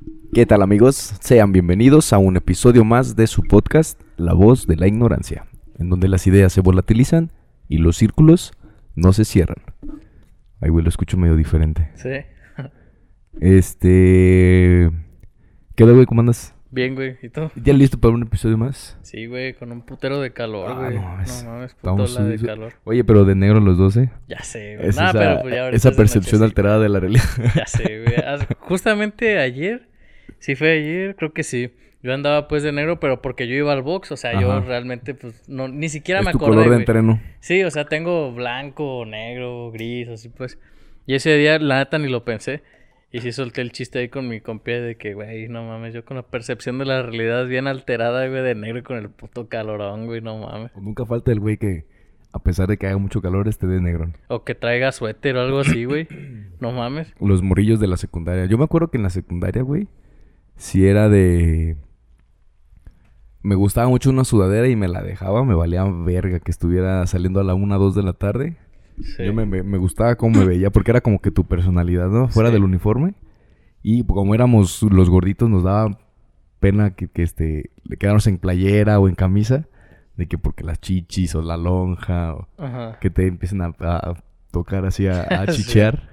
¿Qué tal, amigos? Sean bienvenidos a un episodio más de su podcast, La Voz de la Ignorancia, en donde las ideas se volatilizan y los círculos no se cierran. Ay, güey, lo escucho medio diferente. Sí. ¿Qué onda, güey? ¿Cómo andas? Bien, güey. ¿Y tú? ¿Ya listo para un episodio más? Sí, güey, con un putero de calor, güey. No mames. No mames, Estamos putola de sucios. calor. Oye, pero de negro los 12. Ya sé, güey. Es Nah, esa, pero pues ya ahorita esa es de percepción noche, sí. alterada de la realidad. Ya sé, güey. Justamente ayer, sí fue ayer, creo que sí. Yo andaba pues de negro, pero porque yo iba al box, o sea, Ajá. yo realmente pues no, ni siquiera Es me tu acordé, color de güey. entreno. Sí, o sea, tengo blanco, negro, gris, así pues. Y ese día, la neta, ni lo pensé. Y sí solté el chiste ahí con mi compa de que, güey, no mames, yo con la percepción de la realidad bien alterada, güey, de negro y con el puto calorón, güey, no mames. Nunca falta el güey que, a pesar de que haga mucho calor, esté de negro. O que traiga suéter o algo así, güey. No mames. Los morrillos de la secundaria. Yo me acuerdo que en la secundaria, güey, si era de... Me gustaba mucho una sudadera y me la dejaba, me valía verga que estuviera saliendo a la 1, 2 de la tarde. Sí. Yo me gustaba cómo me veía, porque era como que tu personalidad, ¿no? Fuera Sí. del uniforme. Y como éramos los gorditos, nos daba pena que quedarnos en playera o en camisa. De que porque las chichis o la lonja o Ajá. que te empiecen a tocar así, a Sí. chichear.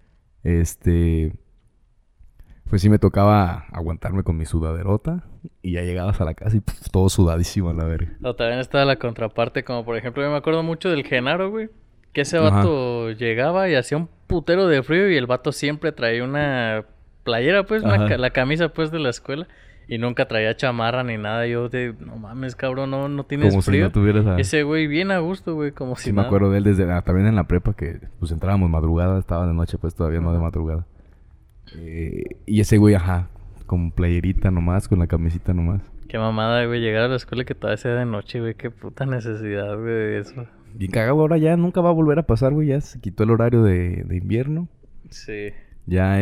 Pues sí me tocaba aguantarme con mi sudaderota. Y ya llegabas a la casa y todo sudadísimo a la verga. O también estaba la contraparte, como por ejemplo, yo me acuerdo mucho del Genaro, güey. Que ese Ajá. vato llegaba y hacía un putero de frío y el vato siempre traía una playera, pues, Ajá. la camisa, pues, de la escuela. Y nunca traía chamarra ni nada. Yo de, no mames, cabrón, no tienes Como si frío. no tuvieras a... Ese güey bien a gusto, güey, como si Sí me nada. acuerdo de él también en la prepa que pues entrábamos madrugada, estaba de noche pues todavía no de madrugada. Y ese güey, ajá, con playerita nomás, con la camisita nomás. Qué mamada, güey, llegar a la escuela y que todavía sea de noche, güey. Qué puta necesidad, güey, de eso. Bien cagado, ahora ya nunca va a volver a pasar, güey, ya se quitó el horario de invierno. Sí. Ya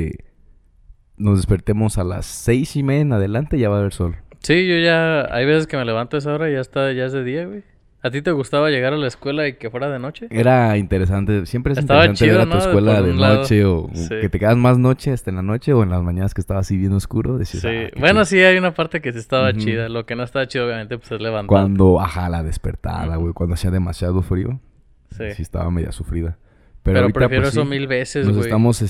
nos despertemos a las 6:30 en adelante, ya va a haber sol. Sí, yo ya... Hay veces que me levanto a esa hora y ya es de día, güey. ¿A ti te gustaba llegar a la escuela y que fuera de noche? Era interesante, siempre es Estaba interesante chido, ver a tu ¿no? escuela Por de un lado. noche o Sí. que te quedas más noche hasta en la noche o en las mañanas que estaba así bien oscuro. Decís, Sí, qué bueno, chido. sí hay una parte que sí estaba Ujú. chida. Lo que no estaba chido, obviamente, pues es levantar. Cuando, ajá, la despertada, Ujú. güey, cuando hacía demasiado frío, Sí. sí estaba media sufrida. Pero ahorita, prefiero pues, eso sí, 1000 veces, nos güey. estamos,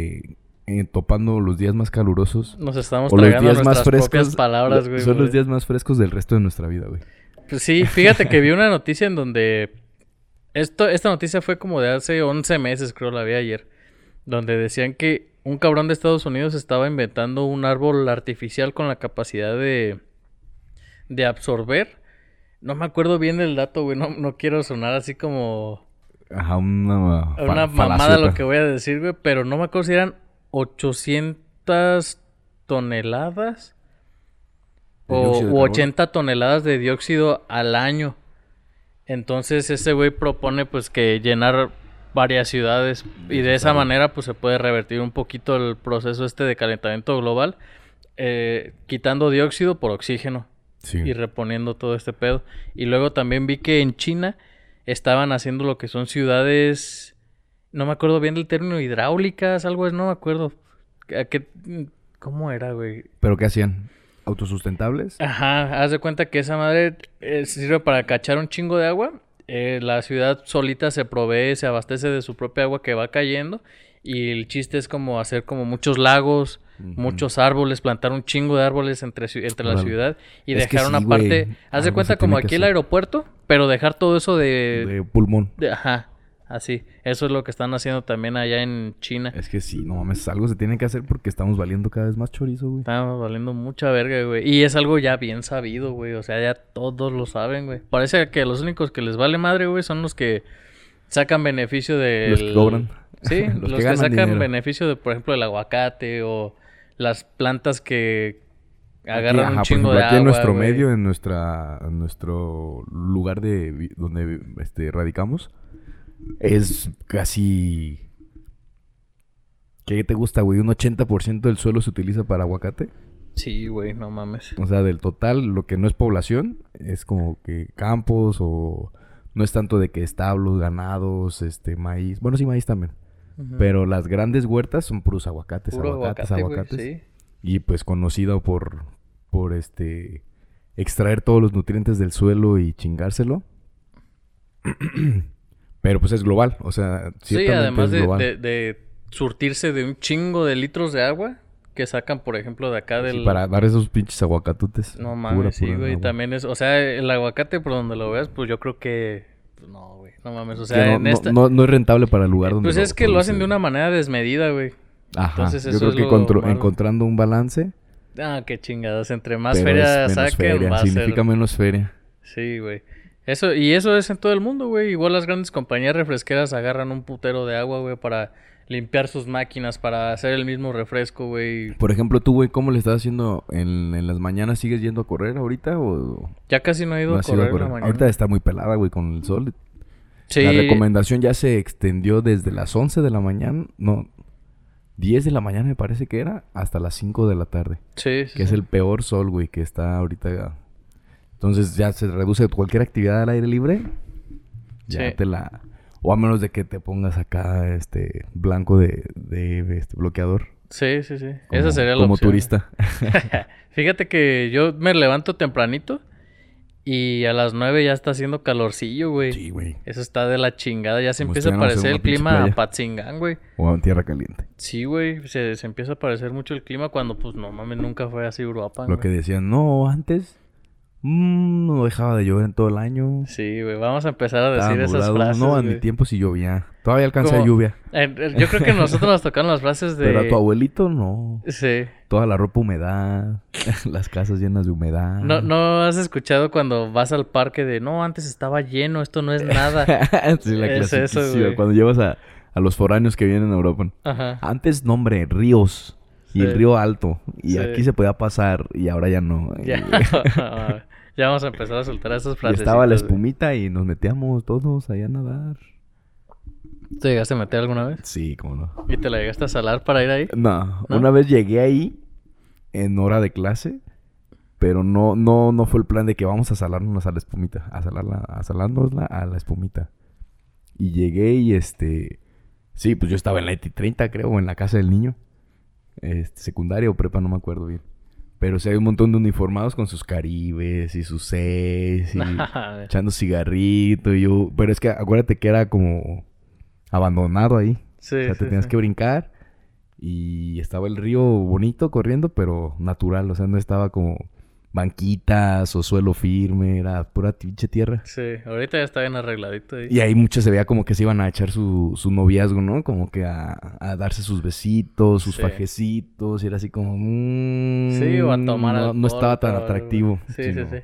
topando los días más calurosos. Nos estamos O los tragando días más nuestras propias frescos. palabras, güey. Son los güey. días más frescos del resto de nuestra vida, güey. Pues sí, fíjate que vi una noticia en donde... Esta noticia fue como de hace 11 meses, creo, la vi ayer. Donde decían que un cabrón de Estados Unidos estaba inventando un árbol artificial con la capacidad de absorber. No me acuerdo bien del dato, güey. No quiero sonar así como Ajá, una mamada falaciota. lo que voy a decir, güey. Pero no me acuerdo si eran 800 toneladas ¿De dióxido de u carbono? 80 toneladas de dióxido al año. Entonces ese güey propone pues que llenar varias ciudades y de esa manera pues se puede revertir un poquito el proceso de calentamiento global, quitando dióxido por oxígeno Sí. y reponiendo todo este pedo. Y luego también vi que en China estaban haciendo lo que son ciudades, no me acuerdo bien del término, hidráulicas, algo es, no me acuerdo. ¿Cómo era, güey? ¿Pero qué hacían? ¿Autosustentables? Ajá, haz de cuenta que esa madre sirve para cachar un chingo de agua. La ciudad solita se provee, se abastece de su propia agua que va cayendo. Y el chiste es como hacer como muchos lagos, muchos árboles, plantar un chingo de árboles entre la Órale. ciudad y Es que dejar sí, una güey, parte, haz de algo cuenta se como tiene que aquí el hacer. aeropuerto, pero dejar todo eso De pulmón. ajá, así. Eso es lo que están haciendo también allá en China. Es que sí, no mames, algo se tiene que hacer porque estamos valiendo cada vez más chorizo, güey. Estamos valiendo mucha verga, güey. Y es algo ya bien sabido, güey. O sea, ya todos lo saben, güey. Parece que los únicos que les vale madre, güey, son los que sacan beneficio de... Los que cobran. Sí, Los los que que ganan sacan dinero. beneficio de, por ejemplo, el aguacate o las plantas que Aquí, agarran ajá, un por chingo ejemplo, de aquí en agua, nuestro güey. medio, en nuestro lugar donde radicamos, es casi... ¿Qué te gusta, güey? Un 80% del suelo se utiliza para aguacate. Sí, güey, no mames. O sea, del total, lo que no es población, es como que campos o... No es tanto de que establos, ganados, maíz. Bueno, sí, maíz también. Ujú. Pero las grandes huertas son puros aguacates, Puro aguacates, aguacate, güey, aguacates. sí. y pues conocida por extraer todos los nutrientes del suelo y chingárselo. Pero pues es global, o sea, Sí, ciertamente además es de, global. de surtirse de un chingo de litros de agua que sacan, por ejemplo, de acá Sí, del... para dar esos pinches aguacatutes. No mames, sí, Pura güey. agua. También es, o sea, el aguacate por donde lo veas, pues yo creo que... Pues no, güey, no mames. O Que sea, no, en no, esta... no es rentable para el lugar donde Pues lo es que lo hacen de producen. una manera desmedida, güey. Ajá, Entonces yo eso creo es que lo malo. encontrando un balance, Ah, qué chingados. Entre más pero feria es menos saquen, feria, va a significa ser... menos feria. Sí, güey. Eso, y eso es en todo el mundo, güey. Igual las grandes compañías refresqueras agarran un putero de agua, güey, para limpiar sus máquinas, para hacer el mismo refresco, güey. Por ejemplo, tú, güey, ¿cómo le estás haciendo en las mañanas? ¿Sigues yendo a correr ahorita o Ya casi no he ido no a has ido correr a en la correr? mañana. Ahorita está muy pelada, güey, con el sol. Sí. La recomendación ya se extendió desde las 11 de la mañana, no, 10 de la mañana me parece que era, hasta las 5 de la tarde. Sí, sí, Que es sí. el peor sol, güey, que está ahorita. Entonces ya se reduce cualquier actividad al aire libre. Ya Sí. te la... O a menos de que te pongas acá, blanco de bloqueador. Sí, sí, sí. Como, Esa sería la como opción. turista. Fíjate que yo me levanto tempranito y a las 9 ya está haciendo calorcillo, güey. Sí, güey. Eso está de la chingada. Ya se Como empieza a estuviéramos en parecer una el pinche clima a playa. Patzingán, güey. O en tierra caliente. Sí, güey. Se empieza a parecer mucho el clima cuando, pues, no mames, nunca fue así Uruapan, Lo güey. que decían, no, antes no dejaba de llover en todo el año. Sí, güey. Vamos a empezar a Estaba decir esas nublado. frases, No, en mi güey. tiempo sí llovía. Todavía alcancé Como- lluvia. Yo creo que a nosotros nos tocaron las frases de... Pero a tu abuelito no. Sí. Toda la ropa humedad. Las casas llenas de humedad. ¿No has escuchado cuando vas al parque de... No, antes estaba lleno, esto no es nada? Sí, la Es eso, clasiquísima. güey. Cuando llevas a los foráneos que vienen a Europa. Ajá. Antes, no, hombre, ríos. Y Sí. el río Alto. Y Sí. aquí se podía pasar. Y ahora ya no. Ya. Ya vamos a empezar a soltar esas Y frases. estaba la espumita y nos metíamos todos allá a nadar. ¿Te llegaste a meter alguna vez? Sí, cómo no. ¿Y te la llegaste a salar para ir ahí? No, ¿No? una vez llegué ahí en hora de clase, pero no fue el plan de que vamos a salarnos a la espumita, a salárnosla a la espumita. Y llegué y sí, pues yo estaba en la ETI-30, creo, o en la casa del niño. Secundaria o prepa, no me acuerdo bien. Pero sí hay un montón de uniformados con sus caribes y sus seis y echando cigarrito y yo... Pero es que acuérdate que era como abandonado ahí. Sí, O sea, te sí, tenías sí. que brincar y estaba el río bonito corriendo, pero natural. O sea, no estaba como banquitas o suelo firme, era pura pinche tierra. Sí, ahorita ya está bien arregladito ahí. Y ahí muchos se veía como que se iban a echar su noviazgo, ¿no? Como que a darse sus besitos, sus Sí. fajecitos. Y era así como... Sí, o a tomar no, alcohol, no estaba tan pero- atractivo. Sí, sí, sino- sí.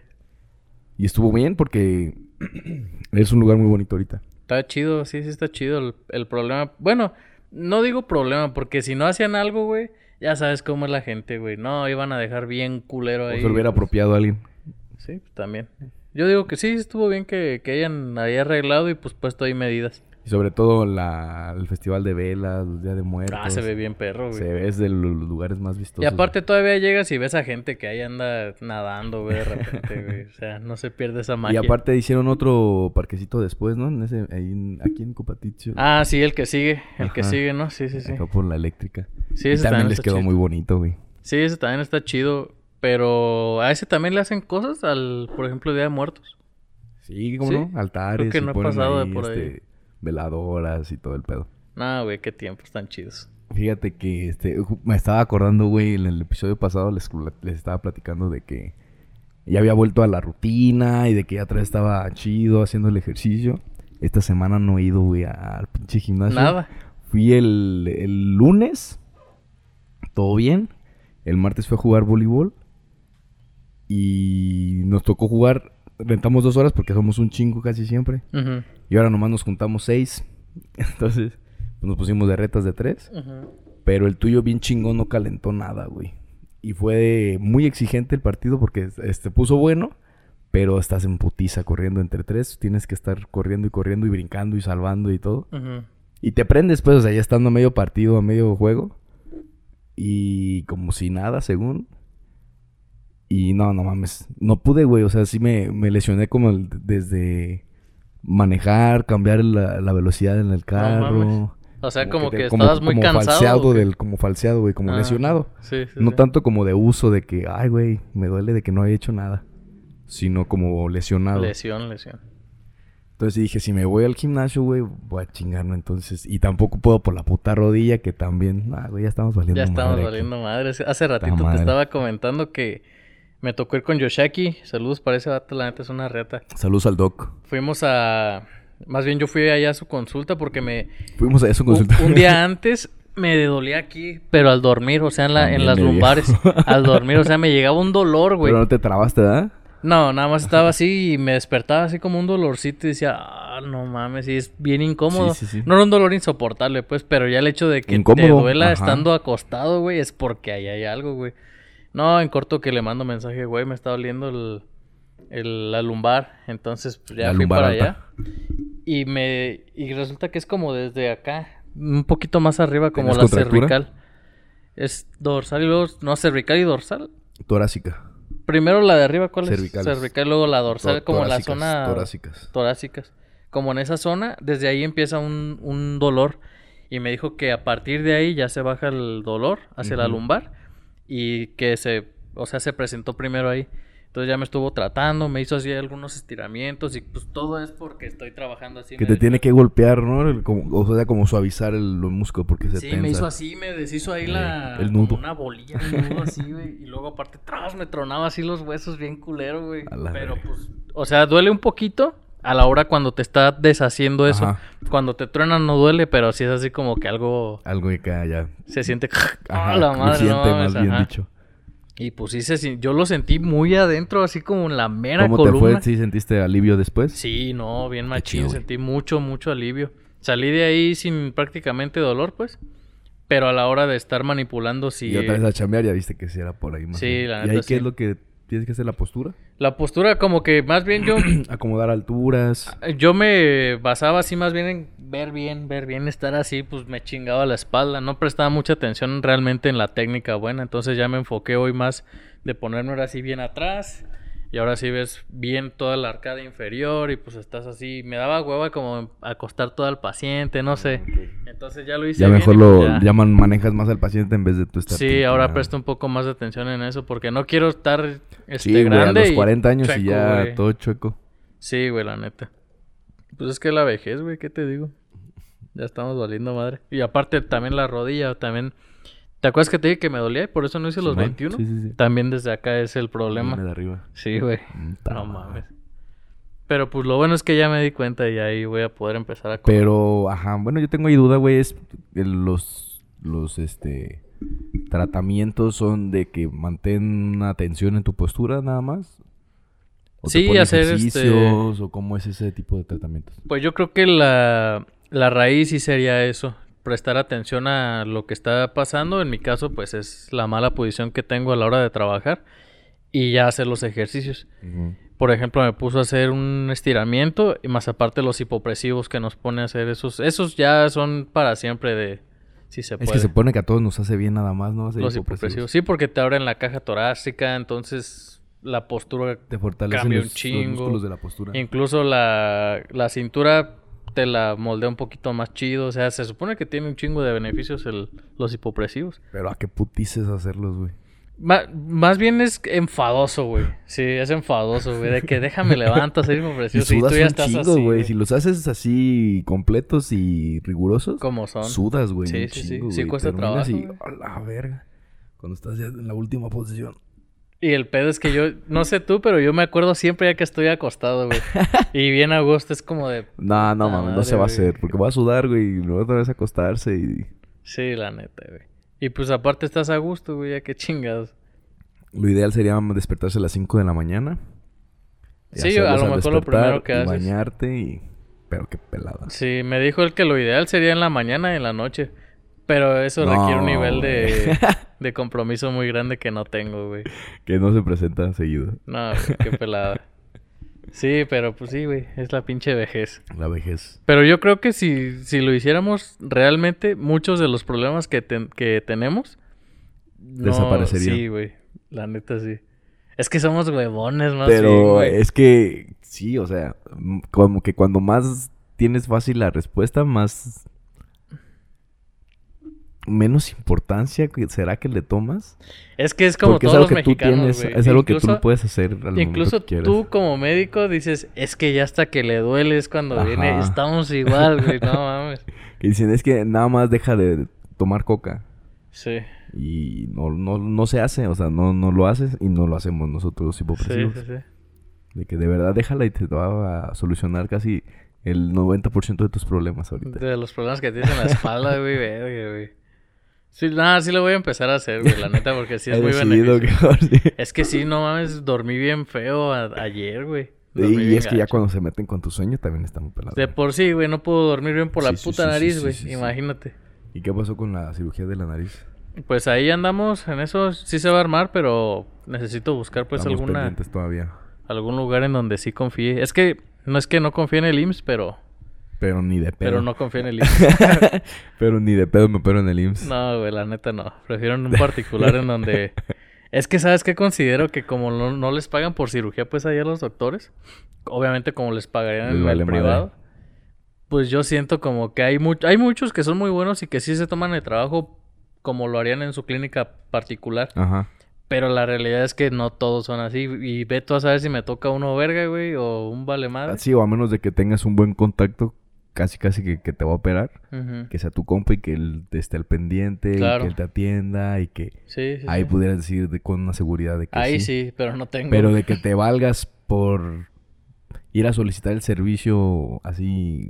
Y estuvo bien porque es un lugar muy bonito ahorita. Está chido, sí, sí está chido. El problema... Bueno, no digo problema, porque si no hacían algo, güey, ya sabes cómo es la gente, güey. No, iban a dejar bien culero O ahí. se lo hubiera pues, apropiado a alguien. Sí, pues, también. Yo digo que sí, estuvo bien que hayan ahí arreglado y pues puesto ahí medidas. Y sobre todo el festival de velas, el Día de Muertos. Ah, se ve bien perro, güey. Se ve, es de los lugares más vistosos. Y aparte todavía llegas y ves a gente que ahí anda nadando, güey, de repente, güey. O sea, no se pierde esa Y magia. aparte hicieron otro parquecito después, ¿no? Aquí en Copaticio. Ah, sí, el que sigue. El que Ajá. sigue, ¿no? Sí, sí, sí. Acá por la eléctrica. Sí, Y ese también también les está quedó chido. muy bonito, güey. Sí, ese también está chido. Pero a ese también le hacen cosas al, por ejemplo, Día de Muertos. Sí, ¿cómo Sí, no? Altares. creo que y no he ponen pasado de ahí, por ahí. veladoras y todo el pedo. No, güey, qué tiempos tan chidos. Fíjate que me estaba acordando, güey, en el episodio pasado les estaba platicando de que ya había vuelto a la rutina y de que ya otra vez estaba chido haciendo el ejercicio. Esta semana no he ido, güey, al pinche gimnasio. Nada. Fui el lunes, todo bien. El martes fue a jugar voleibol y nos tocó jugar, rentamos 2 horas porque somos un chingo casi siempre. Ujú, Y ahora nomás nos juntamos 6. Entonces, pues nos pusimos de retas de 3. ujú. Pero el tuyo bien chingón no calentó nada, güey. Y fue muy exigente el partido porque puso bueno, pero estás en putiza corriendo entre 3. Tienes que estar corriendo y brincando y salvando y todo. Ujú. Y te prendes, pues, o sea, ya estando a medio partido, a medio juego. Y como si nada, según. Y no mames. No pude, güey. O sea, sí me lesioné como desde manejar, cambiar la velocidad en el mames. carro. O sea, como que estabas muy cansado. Como falseado, güey, como lesionado. Sí, No tanto como de uso de que, ay, güey, me duele de que no he hecho nada. Sino como lesionado. Lesión. Entonces dije, si me voy al gimnasio, güey, voy a chingarme entonces. Y tampoco puedo por la puta rodilla, que también, güey, ya estamos valiendo madre. Ya estamos valiendo madre. Hace ratito te estaba comentando que me tocó ir con Yoshaki. Saludos para ese vato, la neta es una reata. Saludos al doc. Más bien yo fui allá a su consulta porque Fuimos allá a su consulta. Un día antes me dolía aquí, pero al dormir, o sea, en las lumbares. Al dormir, o sea, me llegaba un dolor, güey. Pero no te trabaste, ¿verdad? No, nada más estaba así y me despertaba así como un dolorcito y decía, no mames, sí, es bien incómodo. Sí. No era un dolor insoportable, pues, pero ya el hecho de que incómodo. Te duela estando acostado, güey, es porque ahí hay algo, güey. No, en corto que le mando mensaje, güey, me está doliendo la lumbar, entonces pues, ya fui para allá. Y resulta que es como desde acá, un poquito más arriba, como la cervical. Es dorsal y luego, no, cervical y dorsal. Torácica. Primero la de arriba, ¿cuál Cervicales. es? Cervical, luego la dorsal, como en la zona... Torácicas. Como en esa zona, desde ahí empieza un dolor. Y me dijo que a partir de ahí ya se baja el dolor hacia la lumbar. Y que se presentó primero ahí. Entonces ya me estuvo tratando, me hizo así algunos estiramientos. Y pues todo es porque estoy trabajando así. Que te tiene que golpear, ¿no? O sea, como suavizar los músculos porque se tensa. Sí, me hizo así, me deshizo ahí el nudo. Como una bolilla, el nudo así, güey. Y luego aparte, me tronaba así los huesos bien culero, güey. Pero pues, o sea, duele un poquito a la hora cuando te está deshaciendo eso. Ajá. Cuando te truenan no duele, pero sí es así como que algo... Algo que cae ya. Se siente... Ajá, la madre, no, más bien dicho. Y pues sí, yo lo sentí muy adentro, así como en la mera columna. ¿Cómo te fue? ¿Sí sentiste alivio después? Sí, no, bien machín, sentí mucho alivio. Salí de ahí sin prácticamente dolor, pues. Pero a la hora de estar manipulando, sí... Y otra vez a chambear, ya viste que sí era por ahí más. Sí, la neta, ¿Y ahí qué es lo que tienes que hacer, la postura? La postura, como que más bien yo... Acomodar alturas. Yo me basaba así más bien en ver bien, estar así, pues me chingaba la espalda. No prestaba mucha atención realmente en la técnica buena. Entonces ya me enfoqué hoy más de ponerme ahora así bien atrás. Y ahora sí ves bien toda la arcada inferior y pues estás así. Me daba hueva como acostar todo al paciente, no sé. Okay. Entonces ya lo hice ya bien. Ya mejor manejas más al paciente en vez de tú estar... Sí, ahora presto un poco más de atención en eso porque no quiero estar grande. Güey, a los 40 años chueco, y ya güey. Todo chueco. Sí, güey, la neta. Pues es que la vejez, güey, ¿qué te digo? Ya estamos valiendo madre. Y aparte también la rodilla, también... ¿Te acuerdas que te dije que me dolía y por eso no hice los 21? Sí. También desde acá es el problema. De arriba. Sí, güey. No mames. Pero pues lo bueno es que ya me di cuenta y ahí voy a poder empezar a correr. Pero, bueno, yo tengo ahí duda, güey, es los tratamientos son de que mantén una tensión en tu postura nada más. ¿O sí, te ponen hacer ejercicios o cómo es ese tipo de tratamientos? Pues yo creo que la raíz sí sería eso. Prestar atención a lo que está pasando. En mi caso, pues es la mala posición que tengo a la hora de trabajar. Y ya hacer los ejercicios. Uh-huh. Por ejemplo, me puso a hacer un estiramiento. Y más aparte los hipopresivos que nos pone a hacer esos. Esos ya son para siempre de... Si se puede. Es que se pone que a todos nos hace bien nada más, ¿no? Hacer los hipopresivos. Sí, porque te abren la caja torácica. Entonces la postura te fortalecen cambia un chingo. Los músculos de la postura. Incluso la cintura... te la moldea un poquito más chido. O sea, se supone que tiene un chingo de beneficios los hipopresivos. Pero ¿a qué putices hacerlos, güey? Más bien es enfadoso, güey. Sí, es enfadoso, güey. De que déjame levantar, hacer hipopresivos. Y sudas tú ya estás chingo, así, güey. Si los haces así completos y rigurosos. Como son. Sudas, güey. Sí. Sí cuesta trabajo. Y, a la verga. Cuando estás ya en la última posición. Y el pedo es que yo, no sé tú, pero yo me acuerdo siempre ya que estoy acostado, güey. Y bien a gusto, es como de... No, mames, no se va a hacer. Porque va a sudar, güey, y luego otra vez a acostarse y... Sí, la neta, güey. Y pues aparte estás a gusto, güey, ya qué chingados. Lo ideal sería despertarse a las 5 de la mañana. Sí, a lo mejor lo primero que haces. Bañarte y... Pero qué pelada. Sí, me dijo él que lo ideal sería en la mañana y en la noche. Pero eso requiere un nivel de compromiso muy grande que no tengo, güey. Que no se presenta seguido. No, güey, qué pelada. Sí, pero pues sí, güey. Es la pinche vejez. La vejez. Pero yo creo que si lo hiciéramos realmente, muchos de los problemas que tenemos... desaparecerían. Sí, güey. La neta, sí. Es que somos huevones más Pero bien, es que... Sí, o sea... Como que cuando más tienes fácil la respuesta, más... menos importancia será que le tomas. Es que es como Porque es todos algo los que tú mexicanos, tienes, güey. es algo que tú Incluso- no puedes hacer al momento Incluso que quieras. tú como médico dices, es que ya hasta que le duele es cuando Ajá. viene, estamos igual, güey, no mames. Que dicen, es que nada más deja de tomar coca. Sí, Y no se hace, o sea, no lo haces y no lo hacemos nosotros sí, hipopresivos. sí, sí. De que de verdad déjala y te va a solucionar casi el 90% de tus problemas ahorita. De los problemas que tienes en la espalda, güey, verga, güey. Sí, nada, sí lo voy a empezar a hacer, güey, la neta, porque sí es He muy decidido beneficioso. que sí. Es que sí, no mames, dormí bien feo ayer, güey. Y Dormí bien es que ya gacho. cuando se meten con tu sueño también está muy pelado. De por sí, güey, no puedo dormir bien por la Sí, sí, puta sí, nariz, sí, güey, sí, sí. imagínate. ¿Y qué pasó con la cirugía de la nariz? Pues ahí andamos, en eso sí se va a armar, pero necesito buscar pues Estamos pendientes todavía. algún lugar en donde sí confíe. Es que no confíe en el IMSS, Pero ni de pedo. pero no confío en el IMSS. Pero ni de pedo me opero en el IMSS. No, güey, la neta no. Prefiero en un particular en donde... Es que, ¿sabes qué? Considero que como no les pagan por cirugía, pues allá los doctores, obviamente como les pagarían Les en vale el madre. privado, pues yo siento como que hay muchos que son muy buenos y que sí se toman el trabajo como lo harían en su clínica particular. Ajá. Pero la realidad es que no todos son así. Y ve tú a saber si me toca uno verga, güey, o un vale madre. Sí, o a menos de que tengas un buen contacto, casi que te va a operar. Ujú. Que sea tu compa y que él esté al pendiente, Claro. y que él te atienda y que Sí, sí, ahí sí. pudieras decir con una seguridad de que Ahí sí, pero no tengo. Pero de que te valgas por ir a solicitar el servicio así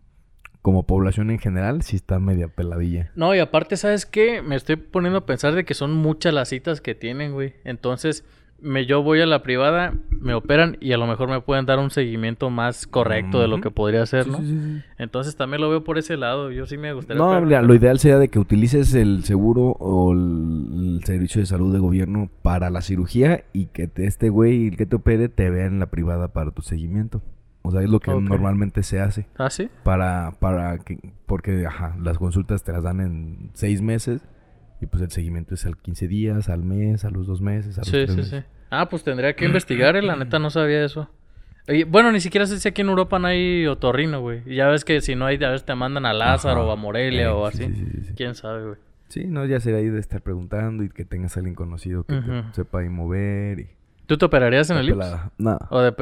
como población en general, sí está media peladilla. No, y aparte, ¿sabes qué? Me estoy poniendo a pensar de que son muchas las citas que tienen, güey. Entonces, yo voy a la privada, me operan y a lo mejor me pueden dar un seguimiento más correcto de lo Ujú. que podría ser, ¿no? Sí. Entonces, también lo veo por ese lado. Yo sí me gustaría... No, operar. mira, lo ideal sería de que utilices el seguro o el servicio de salud de gobierno para la cirugía y que este güey, el que te opere, te vea en la privada para tu seguimiento. O sea, es lo que Ok. normalmente se hace ¿Ah, sí? para que, porque, ajá, las consultas te las dan en 6 meses y pues el seguimiento es al 15 días, al mes, a los 2 meses, a los Sí, 3 sí, meses. sí. Ah, pues tendría que investigar, la neta no sabía eso. Oye, bueno, ni siquiera sé si aquí en Europa no hay otorrino, güey. Y ya ves que si no hay, a veces te mandan a Lázaro Ajá. o a Morelia o Sí, así. sí. ¿Quién sabe, güey? Sí, no, ya será ahí de estar preguntando y que tengas a alguien conocido que Ujú. te sepa ahí mover y... ¿Tú te operarías en Está el IMSS? pelada. No.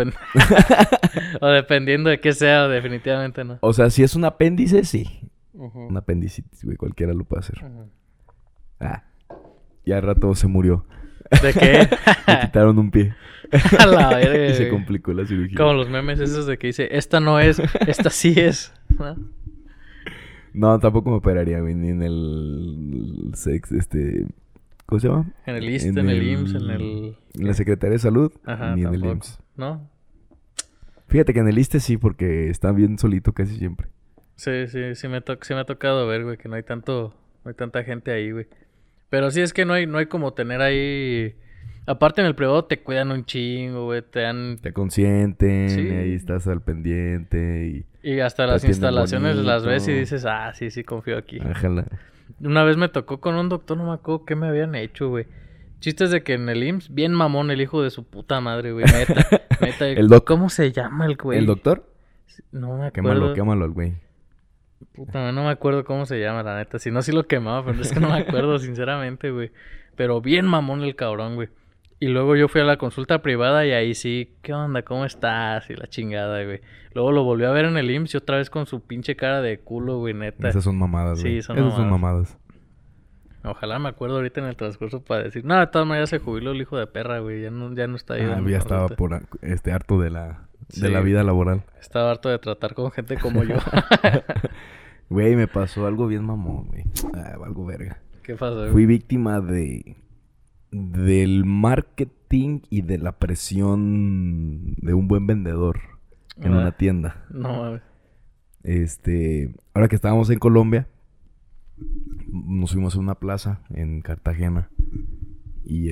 O dependiendo de qué sea, definitivamente no. O sea, si es un apéndice, sí. Ujú. Un apendicitis, güey, cualquiera lo puede hacer. Ujú. Ah, ya al rato se murió. ¿De qué? Le quitaron un pie. A la verga, Y se güey. complicó la cirugía. Como los memes esos de que dice, esta no es, esta sí es. ¿No? No, tampoco me operaría, güey, ni en el ¿cómo se llama? En el ISSSTE, en el IMSS, en el... En la Secretaría de Salud, Ajá, ni en el tampoco. IMSS. ¿No? Fíjate que en el ISSSTE sí, porque está bien solito casi siempre. Sí me ha tocado ver, güey, que no hay tanta gente ahí, güey. Pero sí es que no hay como tener ahí... Aparte en el privado te cuidan un chingo, güey, te dan... Te consienten, Sí. y ahí estás al pendiente Y hasta te las atienden instalaciones las ves y bonito. dices, ah, sí, confío aquí. y... Ájala. Una vez me tocó con un doctor, no me acuerdo qué me habían hecho, güey. Chistes de que en el IMSS, bien mamón el hijo de su puta madre, güey, neta. El doc. ¿Cómo se llama el güey? ¿El doctor? No me acuerdo. Quémalo al güey. Puta, no me acuerdo cómo se llama, la neta. Si no, sí lo quemaba, pero es que no me acuerdo, sinceramente, güey. Pero bien mamón el cabrón, güey. Y luego yo fui a la consulta privada y ahí sí, ¿qué onda? ¿Cómo estás? Y la chingada, güey. Luego lo volví a ver en el IMSS y otra vez con su pinche cara de culo, güey, neta. Esas son mamadas, Sí, güey. son Esas son mamadas. mamadas. Ojalá me acuerdo ahorita en el transcurso para decir... No, de todas maneras se jubiló el hijo de perra, güey. Ya no está ahí. Ah, dando ya estaba consulta. por harto de la Sí. vida laboral. Estaba harto de tratar con gente como yo. Güey, me pasó algo bien mamón, güey. Algo verga. ¿Qué pasó, güey? Fui víctima del marketing y de la presión de un buen vendedor en Ah. una tienda. No, mames. Ahora que estábamos en Colombia, nos fuimos a una plaza en Cartagena y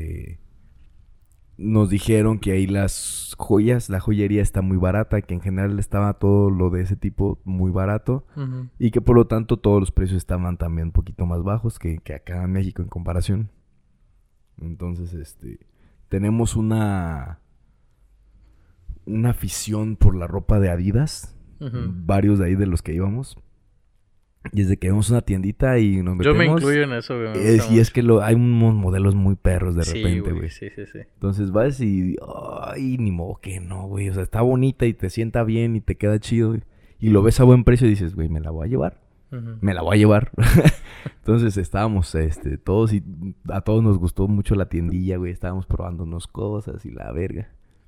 nos dijeron que ahí las joyas, la joyería está muy barata, que en general estaba todo lo de ese tipo muy barato Ujú. y que por lo tanto todos los precios estaban también un poquito más bajos que acá en México en comparación. Entonces, tenemos una afición por la ropa de Adidas, Ujú. varios de ahí de los que íbamos. Y desde que vemos una tiendita y nos Yo me metemos... incluyo en eso, güey. Me gusta Y es mucho. que hay unos modelos muy perros de Sí, repente, güey. güey. Sí, sí, sí. Entonces vas y... Ay, ni modo que no, güey. O sea, está bonita y te sienta bien y te queda chido. Y lo ves a buen precio y dices, güey, me la voy a llevar. Ujú. Me la voy a llevar. Entonces estábamos, todos y a todos nos gustó mucho la tiendilla, güey. Estábamos probándonos cosas y la verga.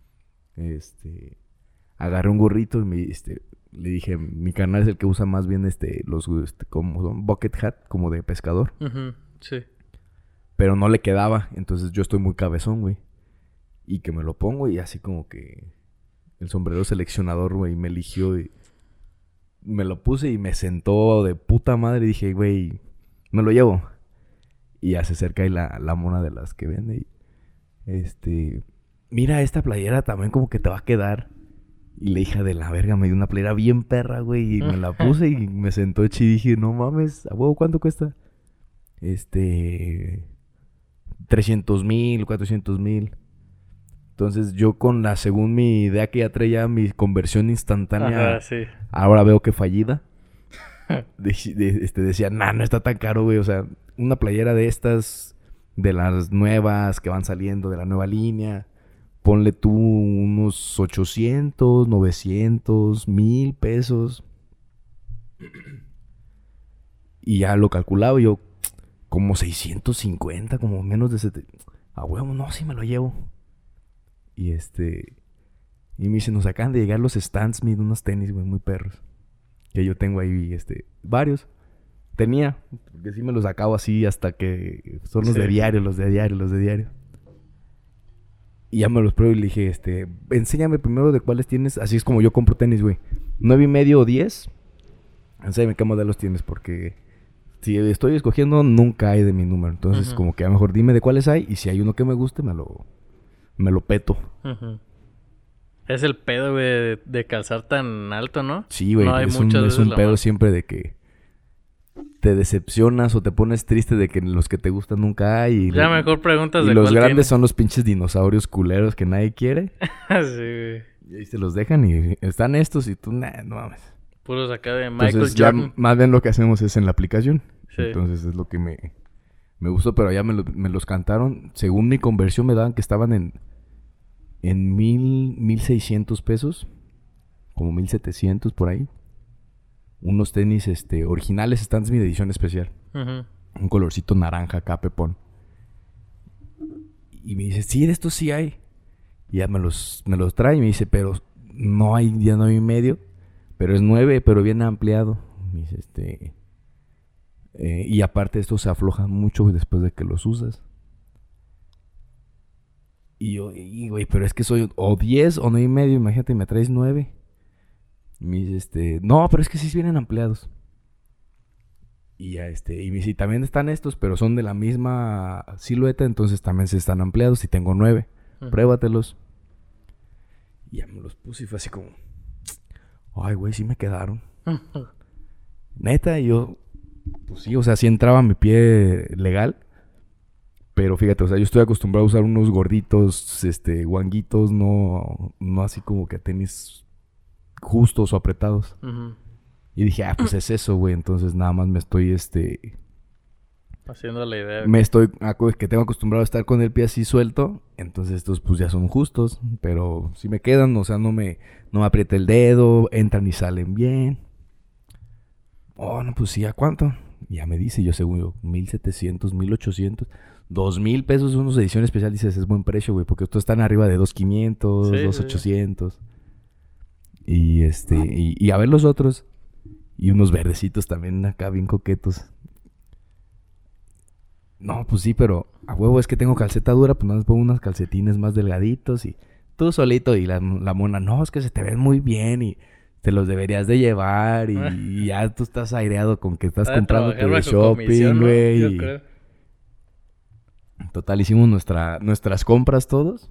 Agarré un gorrito y le dije, mi carnal es el que usa más bien como son bucket hat, como de pescador. Ujú. Sí. Pero no le quedaba, entonces yo estoy muy cabezón, güey. Y que me lo pongo y así como que el sombrero seleccionador, güey, me eligió y me lo puse y me sentó de puta madre y dije, güey, me lo llevo. Y ya se acerca ahí la mona de las que vende y, mira, esta playera también como que te va a quedar. Y la hija de la verga me dio una playera bien perra, güey, y me la puse y me sentó chido y dije, no mames, ¿a huevo cuánto cuesta? 300,000, 400,000. Entonces yo según mi idea que ya traía mi conversión instantánea, Ajá, sí. ahora veo que fallida. Decía, nah, no está tan caro, güey. O sea, una playera de estas, de las nuevas que van saliendo, de la nueva línea, ponle tú unos 800, 900, 1,000 pesos. Y ya lo calculaba yo, como 650, como menos de 700. A huevo, no, sí me lo llevo. Y y me dice, nos acaban de llegar los Stan Smith, unos tenis, güey, muy perros. Que yo tengo ahí, varios. Tenía, porque sí me los acabo así hasta que son los Sí. de diario, los de diario, los de diario. Y ya me los pruebo y le dije, enséñame primero de cuáles tienes. Así es como yo compro tenis, güey. 9.5 o 10. Enséñame qué modelos tienes, porque si estoy escogiendo, nunca hay de mi número. Entonces, Ujú. como que a lo mejor dime de cuáles hay. Y si hay uno que me guste, me lo peto. Ujú. Es el pedo, güey, de calzar tan alto, ¿no? Sí, güey. No hay es muchas es veces un la pedo marca. siempre de que te decepcionas o te pones triste de que los que te gustan nunca hay. Ya mejor preguntas Y de los cuál grandes tienes. son los pinches dinosaurios culeros que nadie quiere. Sí, güey. Y ahí se los dejan y están estos y tú, nah, no mames. Puros acá de Michael Entonces ya Jordan. más bien lo que hacemos es en la aplicación. Sí. Entonces es lo que me gustó, pero ya me los cantaron. Según mi conversión me daban que estaban en 1,600 pesos. Como 1,700 por ahí. Unos tenis originales, Stan Smith de edición especial. Ujú. Un colorcito naranja acá, pepón. Y me dice, sí, de estos sí hay. Y ya me los trae y me dice, pero no hay, ya 9.5. Pero es 9, pero bien ampliado. Me dice, y aparte esto se afloja mucho después de que los usas. Y yo, güey, pero es que soy o 10 o 9.5. Imagínate, me traes 9. Y me dice, no, pero es que sí vienen ampliados. Y ya y me dice, y también están estos, pero son de la misma silueta, entonces también se están ampliados y tengo 9. Ujú. Pruébatelos. Y ya me los puse y fue así como, ay, güey, sí me quedaron. Neta, y yo, pues sí, o sea, sí entraba mi pie legal. Pero fíjate, o sea, yo estoy acostumbrado a usar unos gorditos, guanguitos, no así como que tenis justos o apretados. Ujú. Y dije, pues es eso, güey. Entonces nada más me estoy, Haciendo la idea. que tengo acostumbrado a estar con el pie así suelto. Entonces estos pues ya son justos. Pero si me quedan, o sea, no me aprieta el dedo, entran y salen bien. Oh, no, pues sí, ¿a cuánto? Ya me dice, yo según yo, 1,700, 1,800, 2,000 pesos, unos de edición especial. Dices, es buen precio, güey, porque estos están arriba de 2,500, Sí, sí, 2,800. Y a ver los otros. Y unos verdecitos también acá bien coquetos. No, pues sí, pero a huevo es que tengo calceta dura, pues nada más pongo unos calcetines más delgaditos y tú solito. Y la mona, no, es que se te ven muy bien y te los deberías de llevar. Y ya tú estás aireado con que estás Ha de comprándote trabajar de bajo comisión, shopping, ¿no? güey. Yo Y creo. total, hicimos nuestras compras todos.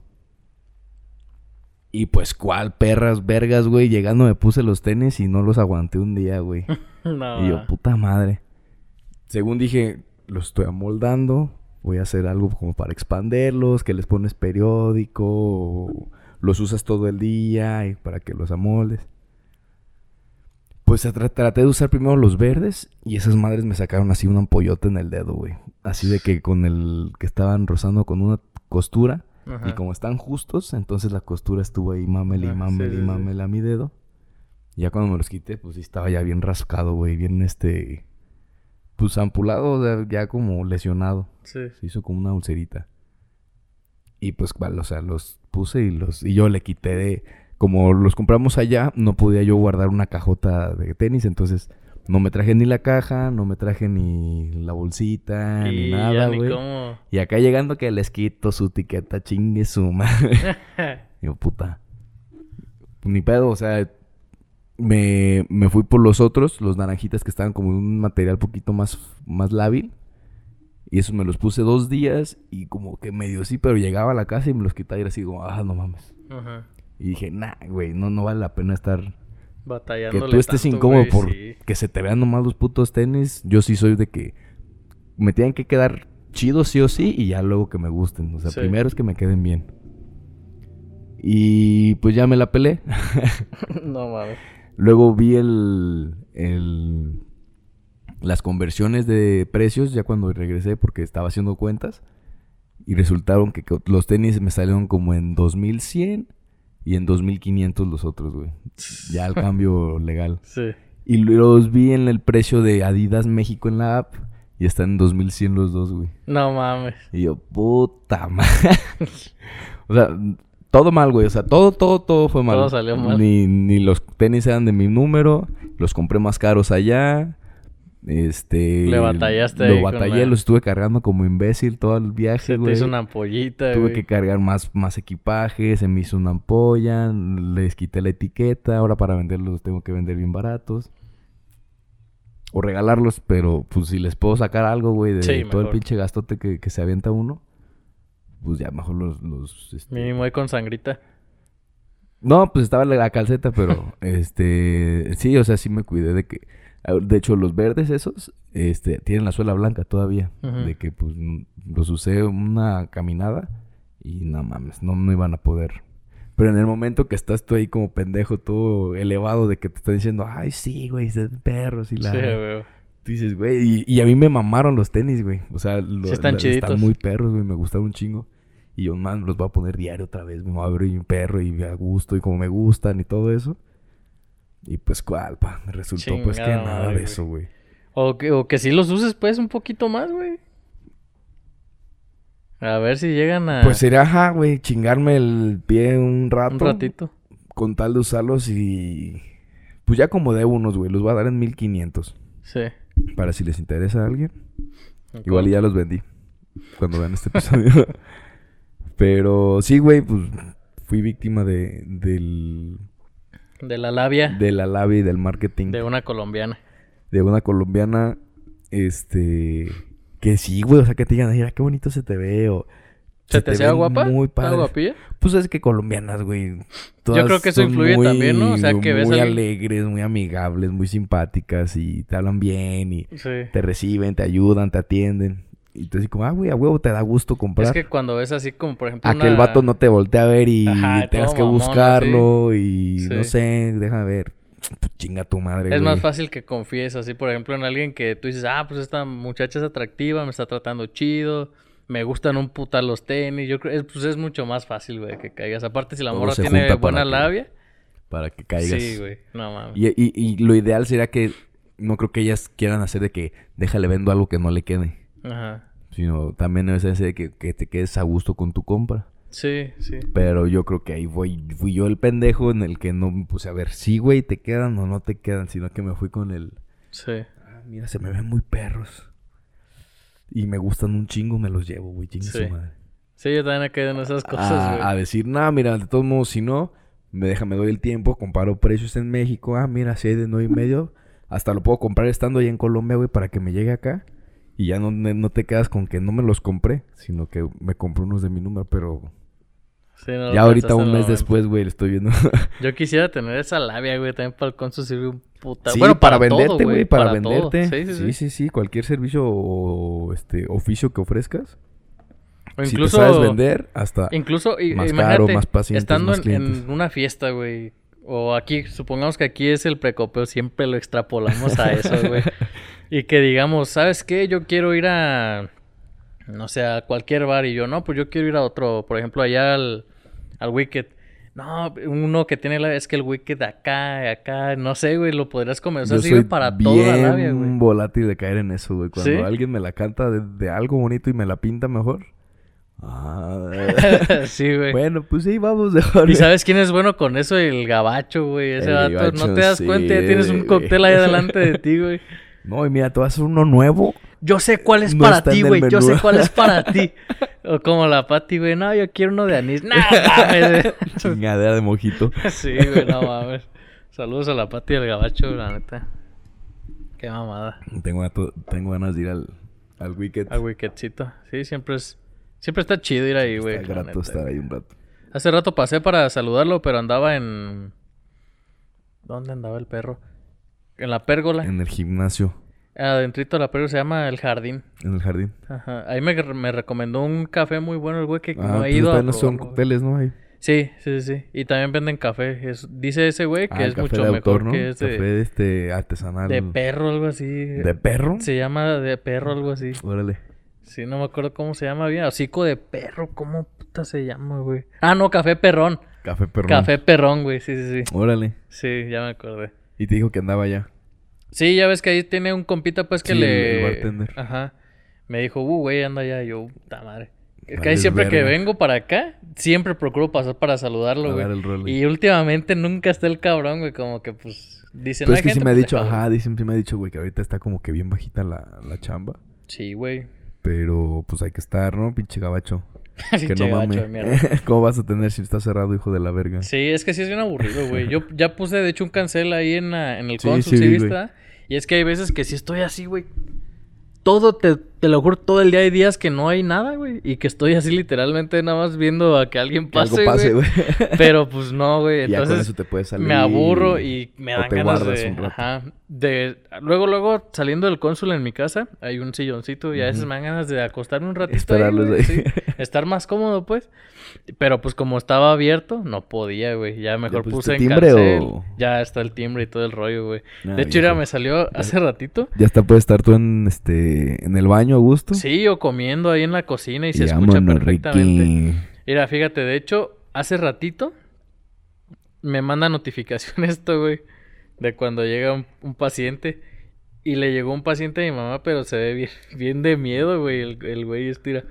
Y pues, ¿cuál perras, vergas, güey? Llegando me puse los tenis y no los aguanté un día, güey. No. Y yo, puta madre. Según dije, los estoy amoldando. Voy a hacer algo como para expanderlos. Que les pones periódico. O los usas todo el día y para que los amoldes. Pues traté de usar primero los verdes y esas madres me sacaron así un ampollote en el dedo, güey. Así de que con el que estaban rozando con una costura. Ajá. Y como están justos, entonces la costura estuvo ahí mámele y Ajá, mámele sí, y sí, mámele a mi dedo. Y ya cuando me los quité, pues sí estaba ya bien rascado, güey. Bien pues ampulado, o sea, ya como lesionado. Sí. Se hizo como una ulcerita. Y pues, o sea, los puse y yo le quité como los compramos allá, no podía yo guardar una cajota de tenis, entonces no me traje ni la caja, no me traje ni la bolsita, ni nada, güey. Y acá llegando que les quito su etiqueta, chingue su madre. Digo, puta. Ni pedo, o sea, me fui por los otros, los naranjitas que estaban como en un material poquito más lábil. Y esos me los puse 2 días y como que medio sí, pero llegaba a la casa y me los quitaba y era así como, no mames. Ajá. Y dije, güey, no vale la pena estar... Batallándole que tú estés tanto, incómodo güey, por sí. que se te vean nomás los putos tenis. Yo sí soy de que me tienen que quedar chidos sí o sí y ya luego que me gusten. O sea, Sí. primero es que me queden bien. Y pues ya me la pelé. No mames. Luego vi las conversiones de precios ya cuando regresé porque estaba haciendo cuentas. Y resultaron que los tenis me salieron como en 2100 y en 2500 los otros, güey. Ya el cambio legal. Sí. Y los vi en el precio de Adidas México en la app y están en 2100 los dos, güey. No mames. Y yo, puta madre. O sea, todo mal, güey. O sea, todo fue mal. Todo salió mal. Ni los tenis eran de mi número. Los compré más caros allá. Le batallaste Lo ahí batallé, los estuve cargando como imbécil todo el viaje, Se güey. te hizo una ampollita, Tuve güey. que cargar más equipaje, se me hizo una ampolla, les quité la etiqueta, ahora para venderlos los tengo que vender bien baratos. O regalarlos, pero pues si les puedo sacar algo, güey, de Sí, todo el mejor. pinche gastote que se avienta uno, pues ya mejor los Mínimo ahí con sangrita. No, pues estaba la calceta, pero sí, o sea, sí me cuidé de que... De hecho, los verdes esos, tienen la suela blanca todavía. Ujú. De que, pues, los usé una caminada y no mames, no iban a poder. Pero en el momento que estás tú ahí como pendejo, todo elevado, de que te están diciendo, ay, sí, güey, son perros y la... Sí, güey. Tú dices, güey, y a mí me mamaron los tenis, güey. O sea, Sí están chiditos. están muy perros, güey, me gustaron un chingo. Y yo, man, los voy a poner diario otra vez. Me voy a abrir un perro y a gusto y como me gustan y todo eso. Y pues, ¿cuál, pa? Resultó pues que Chingada nada madre, de eso, güey. O que sí los uses, pues, un poquito más, güey. A ver si llegan a... Pues sería, güey, chingarme el pie un rato. un ratito. Con tal de usarlos y... Pues ya como de unos, güey. Los voy a dar en 1500. Sí. Para si les interesa a alguien. Igual ya los vendí. Cuando vean este episodio. Pero sí, güey, pues... Fui víctima de la labia. De la labia y del marketing. De una colombiana. De una colombiana, que sí, güey, o sea, que te digan, mira, qué bonito se te ve, o... ¿Se te hacía ven guapa? Muy ¿Estaba padre. guapilla? Pues es que colombianas, güey. Yo creo que eso son influye también, ¿no? O sea, que ves muy a alguien- alegres, muy amigables, muy simpáticas y te hablan bien y Sí. te reciben, te ayudan, te atienden. Y tú así como, güey, a huevo te da gusto comprar. Es que cuando ves así como, por ejemplo, A que el vato no te voltee a ver y Ajá, tengas todo que mamón, buscarlo y Sí. no sé, déjame ver. Pues chinga tu madre, Es güey. más fácil que confíes así, por ejemplo, en alguien que tú dices, pues esta muchacha es atractiva, me está tratando chido, me gustan un puta los tenis. Yo creo, pues es mucho más fácil, güey, que caigas. Aparte, si la Todo morra se tiene junta buena para que- labia. Para que caigas. Sí, güey, no mames. Y lo ideal sería que no creo que ellas quieran hacer de que déjale vendo algo que no le quede. Ajá. Sino también debe ser de que te quedes a gusto con tu compra. Sí, sí. Pero yo creo que ahí fui yo el pendejo en el que no me puse a ver sí, güey, te quedan o no te quedan, sino que me fui con el... Sí. Mira, se me ven muy perros. Y me gustan un chingo, me los llevo, güey, chingue Sí. su madre. Sí, yo también he caído en esas cosas, güey. A decir, mira, de todos modos, si no, me doy el tiempo, comparo precios en México. Mira, si hay de 9.5, hasta lo puedo comprar estando allá en Colombia, güey, para que me llegue acá. Y ya no te quedas con que no me los compré, sino que me compré unos de mi número, pero... Sí, no lo Ya ahorita, pensaste en un el mes momento. después, güey, le estoy viendo. Yo quisiera tener esa labia, güey. También para el conso sirve un puta... Sí, bueno, para todo, venderte, güey, para todo. venderte. Sí. Cualquier servicio o oficio que ofrezcas. O Si te sabes vender, hasta Incluso, más imagínate, caro, más pacientes, estando más clientes. en una fiesta, güey. O aquí, supongamos que aquí es el precopeo, siempre lo extrapolamos a eso, güey. Y que digamos, ¿sabes qué? Yo quiero ir a, no sé, a cualquier bar. Y yo, no, pues yo quiero ir a otro, por ejemplo, allá al Wicked. No, uno que tiene es que el Wicked acá, no sé, güey, lo podrías comer. O sea, Yo sirve soy para toda la labia, bien güey. volátil de caer en eso, güey. Cuando ¿Sí? alguien me la canta de algo bonito y me la pinta mejor. Ah, Sí, güey. bueno, pues sí, vamos mejor. ¿Y sabes quién es bueno con eso? El gabacho, güey. Ese El vato, gabacho, no te das sí, cuenta, ya tienes un cóctel ahí delante de ti, güey. No, y mira, te vas a hacer uno nuevo. Yo sé cuál es No para está ti, en el güey. Yo menú. sé cuál es para ti. O como la Pati, güey. No, yo quiero uno de anís. No mames. Chingadera de mojito. Sí, güey, no mames. Saludos a la Pati del gabacho, la neta. Qué mamada. Tengo ganas de ir al Wicked. Al Wickedcito. Sí, siempre está chido ir ahí, güey. Está la grato neta, estar güey. ahí un rato. Hace rato pasé para saludarlo, pero andaba en... ¿Dónde andaba el perro? En la pérgola. En el gimnasio, Adentrito de la pérgola se llama El Jardín. en el jardín. Ajá. Ahí me recomendó un café muy bueno el güey que no he pues ido a también son probarlo, güey. cócteles, ¿no? Ahí. Sí. Y también venden café. Dice ese güey que el es café mucho de mejor autor, ¿no? que ese Café artesanal. de perro, algo así. ¿De perro? Se llama de perro, algo así. Órale. Sí, no me acuerdo cómo se llama bien. Hocico de perro, ¿cómo puta se llama, güey? Ah, no, café perrón. Café perrón. Café perrón, güey. Sí. Órale. Sí, ya me acordé. Y te dijo que andaba allá. Sí, ya ves que ahí tiene un compita, pues, que Sí, le... el bartender. Ajá. Me dijo, güey, anda allá. Y yo, puta madre. Es que ahí Vales siempre que verga. vengo para acá, siempre procuro pasar para saludarlo, A güey. dar el role. Y últimamente nunca está el cabrón, güey. Como que, pues, dice, Pues no es hay que sí gente, me ha pues, dicho, déjalo. sí me ha dicho, güey, que ahorita está como que bien bajita la chamba. Sí, güey. Pero pues hay que estar, ¿no? Pinche gabacho. Que Pinche no gabacho de mames. mierda. ¿Cómo vas a tener si está cerrado, hijo de la verga? Sí, es que sí es bien aburrido, güey. Yo ya puse, de hecho, un cancel ahí en el Sí, Consul, sí, ¿sí vi, viste? güey. Y es que hay veces que sí estoy así, güey. Todo, te lo juro, todo el día hay días que no hay nada, güey. Y que estoy así literalmente nada más viendo a que alguien Que algo pase, pase, güey. güey. Pero pues no, güey. Ya con Entonces eso te puedes salir. me aburro y me o dan te ganas guardas de... un rato. Ajá. Luego, saliendo del cónsul en mi casa, hay un silloncito y a veces me dan ganas de acostarme un ratito Esperarlos güey, ahí. sí. Estar más cómodo, pues. Pero pues como estaba abierto, no podía, güey. Ya mejor pusiste puse en timbre cancel. o...? Ya está el timbre y todo el rollo, güey. Ah, De hecho, mira, viejo. me salió hace ratito. Ya está, puedes estar tú en el baño a gusto. Sí, o comiendo ahí en la cocina y se Y escucha vámonos, perfectamente. Ricky. Mira, fíjate, de hecho, hace ratito me manda notificación esto, güey, de cuando llega un paciente. Y le llegó un paciente a mi mamá, pero se ve bien de miedo, güey. El güey estira.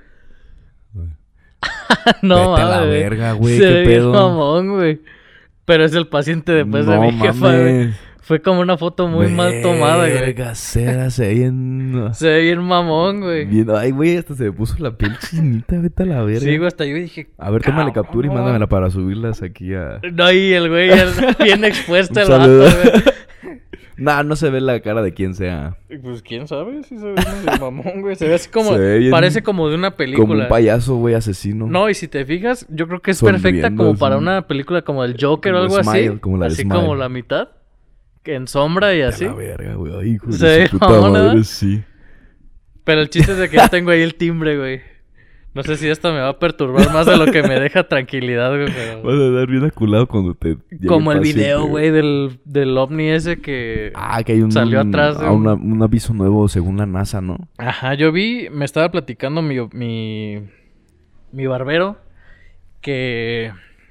No, Vete a la mames, verga, güey, se qué ve bien pedo. mamón, güey. Pero es el paciente después de No mi jefa, güey. mames. Fue como una foto muy mal tomada, güey. Verga, cera, se ve bien... Se ve bien mamón, güey. Ay, güey, hasta se me puso la piel chinita, vete a la verga. Sí, güey, hasta yo dije... A ver, tómale cabrón. captura y mándamela para subirlas aquí a... No, y el güey bien expuesto Un el saludo. vato, güey. Nah, no se ve la cara de quien sea. Pues quién sabe si se ve medio mamón, güey. Se ve así como... Se ve bien Parece como de una película. Como un payaso, güey, asesino. No, y si te fijas, yo creo que es Sonriendo, perfecta como para así. una película como el Joker o Como algo Smile, así. como la de así Smile. como la mitad. Que en sombra y Vete a así. la verga, güey. Ay, hijo Se de ve su puta mamón, madre, ¿verdad? sí. Pero el chiste es de que yo tengo ahí el timbre, güey. No sé si esto me va a perturbar más de lo que me deja tranquilidad, güey, pero... Vas a dar bien aculado cuando te llegue Como el paciente, video, güey, del ovni ese que... Ah, que hay Salió atrás de un aviso nuevo según la NASA, ¿no? Ajá, me estaba platicando mi barbero que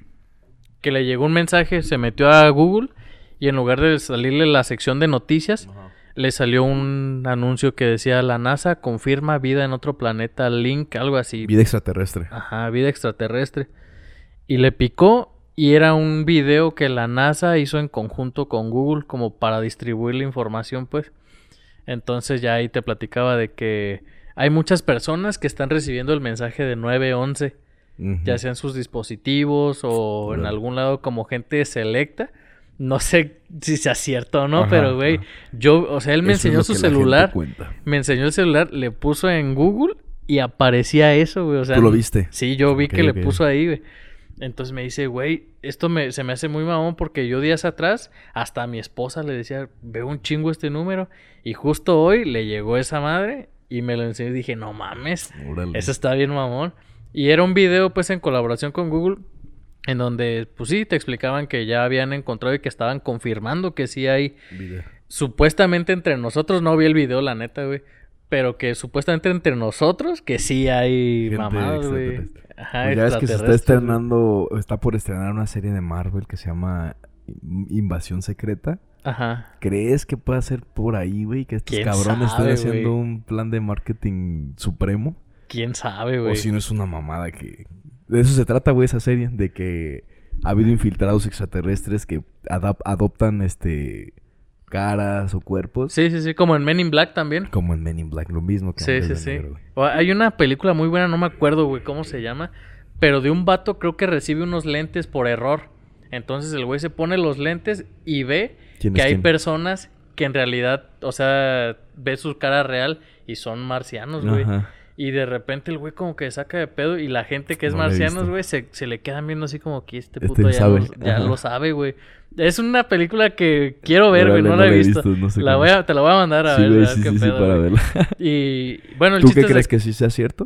le llegó un mensaje, se metió a Google y en lugar de salirle la sección de noticias, le salió un anuncio que decía la NASA confirma vida en otro planeta, link, algo así. Vida extraterrestre. Ajá, vida extraterrestre. Y le picó y era un video que la NASA hizo en conjunto con Google como para distribuir la información, pues. Entonces ya ahí te platicaba de que hay muchas personas que están recibiendo el mensaje de 911, Ujú. ya sea en sus dispositivos o en Órale. algún lado como gente selecta. No sé si sea cierto o no, Ajá, pero güey, ajá. o sea, él me Eso es enseñó lo su que la gente celular, cuenta. me enseñó el celular, le puso en Google y aparecía eso, güey, o sea. ¿Tú lo viste? Sí, yo vi Ok, que ok. le puso ahí, güey. Entonces me dice, güey, se me hace muy mamón porque yo días atrás hasta a mi esposa le decía, veo un chingo este número. Y justo hoy le llegó esa madre y me lo enseñó y dije, no mames, Órale. eso está bien mamón. Y era un video pues en colaboración con Google en donde, pues sí, te explicaban que ya habían encontrado y que estaban confirmando que sí hay, Video. supuestamente entre nosotros, no vi el video, la neta, güey, pero que supuestamente entre nosotros, que sí hay Gente mamadas, güey. extraterrestre. Ajá, Pues ya ves que se está extraterrestres, güey. estrenando, está por estrenar una serie de Marvel que se llama Invasión Secreta. Ajá. ¿Crees que pueda ser por ahí, güey? Que estos ¿Quién cabrones sabe, estén haciendo güey? un plan de marketing supremo. ¿Quién sabe, O güey? si no es una mamada que... De eso se trata, güey, esa serie. De que ha habido infiltrados extraterrestres que adoptan, caras o cuerpos. Sí, sí, sí, como en Men in Black también. Como en Men in Black, lo mismo que Sí, Hombres sí, de sí. Negro, güey. Hay una película muy buena, no me acuerdo, güey, cómo se llama, pero de un vato creo que recibe unos lentes por error. Entonces el güey se pone los lentes y ve ¿Quién que es hay quién? personas que en realidad, o sea, ve su cara real y son marcianos, güey. Ajá. Y de repente el güey como que saca de pedo y la gente que es No lo he marcianos, visto. güey, se le quedan viendo así como que este Este puto ya, sabe. ya Ajá. lo sabe, güey. Es una película que quiero ver, güey, Órale, no la he visto. no sé La cómo voy es. te la voy a mandar a Sí, ver, güey, ¿verdad? sí, Qué sí, sí, pedo, para güey. verla. Y bueno, el ¿Tú chiste qué es crees que sí sea cierto?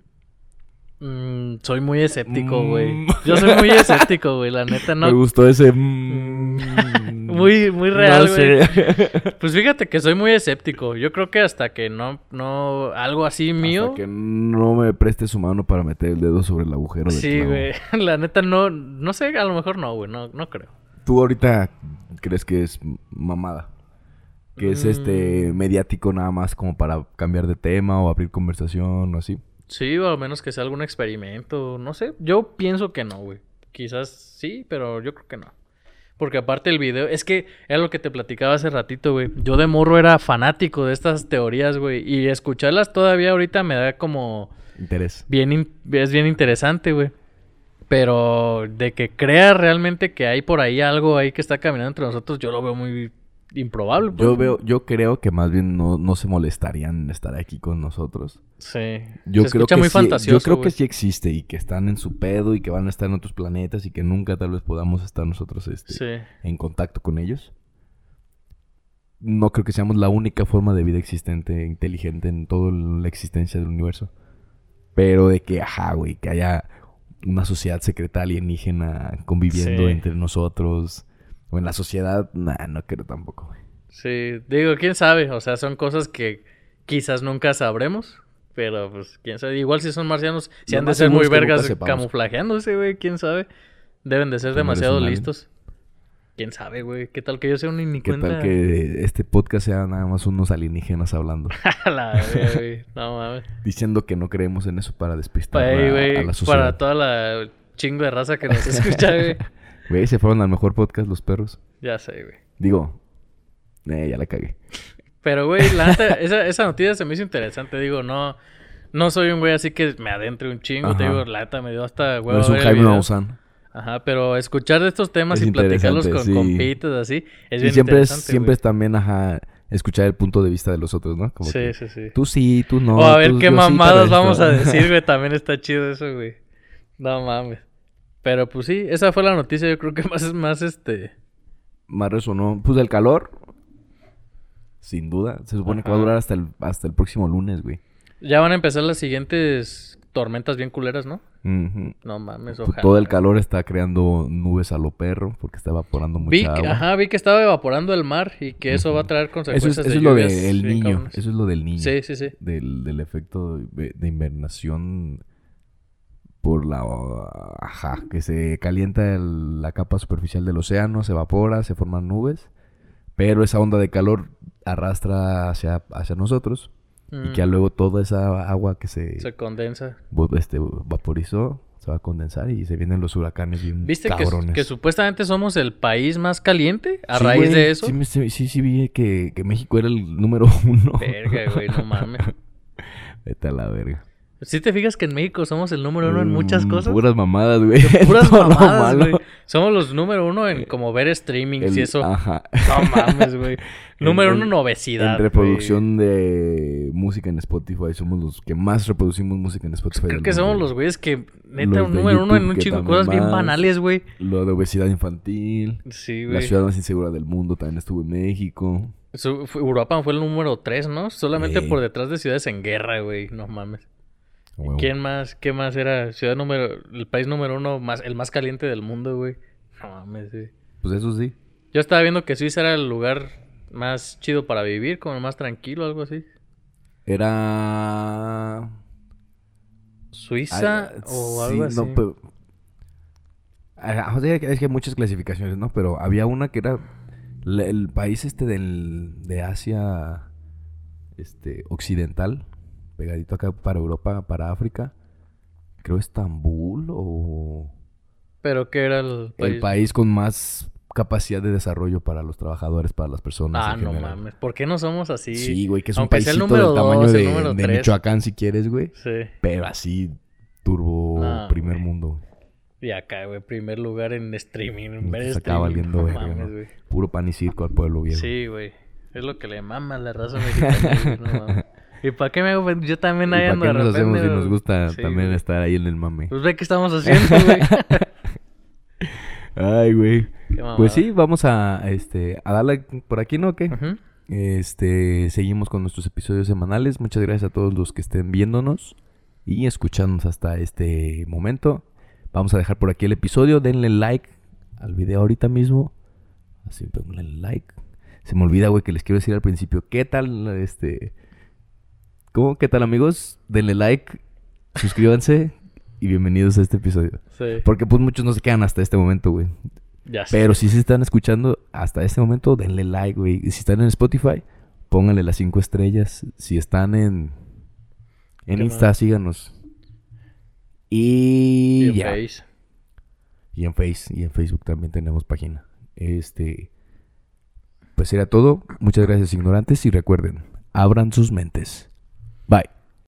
soy muy escéptico, güey. Mm. Yo soy muy escéptico, güey, la neta Me no. gustó ese... Muy, muy real, no güey. sé. Pues fíjate que soy muy escéptico. Yo creo que hasta que no, algo así mío. Hasta que no me preste su mano para meter el dedo sobre el agujero del Sí, clavo. güey. La neta no sé, a lo mejor no, güey, no creo. ¿Tú ahorita crees que es mamada? Que es mediático nada más como para cambiar de tema o abrir conversación o así. Sí, o al menos que sea algún experimento, no sé. Yo pienso que no, güey. Quizás sí, pero yo creo que no. Porque aparte el video, es que era lo que te platicaba hace ratito, güey. Yo de morro era fanático de estas teorías, güey. Y escucharlas todavía ahorita me da como... Interés. Es bien interesante, güey. Pero de que crea realmente que hay por ahí algo ahí que está caminando entre nosotros, yo lo veo muy improbable. Pues. Yo creo que más bien no se molestarían en estar aquí con nosotros. Sí. Yo Se creo escucha que muy sí, fantasioso, yo creo güey. que sí existe y que están en su pedo y que van a estar en otros planetas y que nunca tal vez podamos estar nosotros Sí. en contacto con ellos. No creo que seamos la única forma de vida existente, inteligente en toda la existencia del universo. Pero de que, güey, que haya una sociedad secreta alienígena conviviendo Sí. entre nosotros o en la sociedad, no creo tampoco, güey. Sí, digo, quién sabe, o sea, son cosas que quizás nunca sabremos, pero pues quién sabe, igual si son marcianos, si Lo han de más ser seguro muy es que nunca vergas sepamos. camuflajeándose, güey, quién sabe, deben de ser ¿Tú no eres demasiado un alien? listos. Quién sabe, güey, qué tal que yo sea un ni ¿Qué cuenta. tal que este podcast sea nada más unos alienígenas hablando? A la verga, güey, no mames. Diciendo que no creemos en eso para despistar Ahí, a güey, la sociedad. para toda la chingo de raza que nos escucha, güey. Güey, se fueron al mejor podcast los perros. Ya sé, güey. Digo, ya la cagué. Pero, güey, la neta, esa noticia se me hizo interesante. Digo, no soy un güey así que me adentre un chingo. Ajá. Te digo, la neta me dio hasta No huevo es un ver el Jaime video. Maussan. Ajá, pero escuchar de estos temas Es y platicarlos con interesante, sí. compitas así es Y bien siempre interesante, siempre güey. es también, escuchar el punto de vista de los otros, ¿no? Como Sí, que, sí, sí. tú sí, tú no. O a ver tú- qué yo sí, mamadas pero vamos esto. a decir, güey. También está chido eso, güey. No mames. Pero pues sí, esa fue la noticia. Yo creo que más Más resonó. Pues el calor, sin duda. Se supone que va a Ajá. durar hasta el próximo lunes, güey. Ya van a empezar las siguientes tormentas bien culeras, ¿no? Ujú. No mames, Pues ojalá. todo el calor está creando nubes a lo perro porque está evaporando mucha agua. Vi que estaba evaporando el mar y que eso va a traer Eso consecuencias es de lo lluvias del bien niño. cabronas. Eso es lo del niño. Sí, sí, sí. Del efecto de invernación por que se calienta la capa superficial del océano, se evapora, se forman nubes, pero esa onda de calor arrastra hacia nosotros y que luego toda esa agua que se condensa. vaporizó se va a condensar y se vienen los huracanes bien ¿Viste cabrones. que supuestamente somos el país más caliente a Sí, raíz güey, de eso? Sí, vi que México era el número 1. Verga, güey, no mames. Vete a la verga. ¿Sí te fijas que en México somos el número 1 en muchas cosas? Puras mamadas, güey. Puras Todo lo mamadas, malo. güey. Somos los número 1 en como ver streamings y eso. Ajá. No mames, güey. Número En- 1 en obesidad, En reproducción de música en Spotify. Somos los que más reproducimos música en Spotify. Creo del que somos mundo. los güeyes que, neta, Los un de número 1 en YouTube, un que chingo de también cosas bien más. banales, güey. Lo de obesidad infantil. Sí, La güey. ciudad más insegura del mundo también estuvo en México. Europa fue el número 3, ¿no? Solamente Sí. por detrás de ciudades en guerra, güey. No mames. A huevo. ¿Quién más? ¿Qué más era? El país número 1, el más caliente del mundo, güey. No mames, güey. Pues eso sí. Yo estaba viendo que Suiza era el lugar más chido para vivir, como más tranquilo, algo así. Era... ¿Suiza o sí, algo así? no, pero... O sea, es que hay muchas clasificaciones, ¿no? Pero había una que era el país de Asia occidental, pegadito acá para Europa, para África. Creo Estambul o... ¿Pero qué era el país? El país con más capacidad de desarrollo para los trabajadores, para las personas en No general. mames. ¿Por qué no somos así? Sí, güey, que es un Aunque sea el paísito número del tamaño 2, el número de 3. Michoacán, si quieres, güey. Sí. Pero así, turbo No, primer güey. mundo. Y acá, güey, primer lugar en streaming. En Y ver te streaming. acaba valiendo No verga, mames, ¿no? güey. Puro pan y circo al pueblo viejo. Sí, güey. Es lo que le mama a la raza mexicana, güey, no mames. ¿Y para qué me hago? Yo también ¿Y ahí para ando qué de nos hacemos repente, si nos gusta sí, también güey. estar ahí en el mame? Pues ve qué estamos haciendo, güey. Ay, güey. Qué mamada. Pues sí, vamos a darle por aquí, ¿no? ¿Qué? Ujú. Seguimos con nuestros episodios semanales. Muchas gracias a todos los que estén viéndonos y escuchándonos hasta este momento. Vamos a dejar por aquí el episodio. Denle like al video ahorita mismo. Así, ponle like. Se me olvida, güey, que les quiero decir al principio. ¿Qué tal, ¿Cómo? ¿Qué tal, amigos? Denle like, suscríbanse y bienvenidos a este episodio. Sí. Porque pues muchos no se quedan hasta este momento, güey. Ya sé. Pero si se están escuchando hasta este momento, denle like, güey. Y si están en Spotify, pónganle las 5 estrellas. Si están en Insta, más? síganos. Y Y en ya. Face. Y en Facebook también tenemos página. Pues era todo. Muchas gracias, ignorantes. Y recuerden, abran sus mentes. Bye.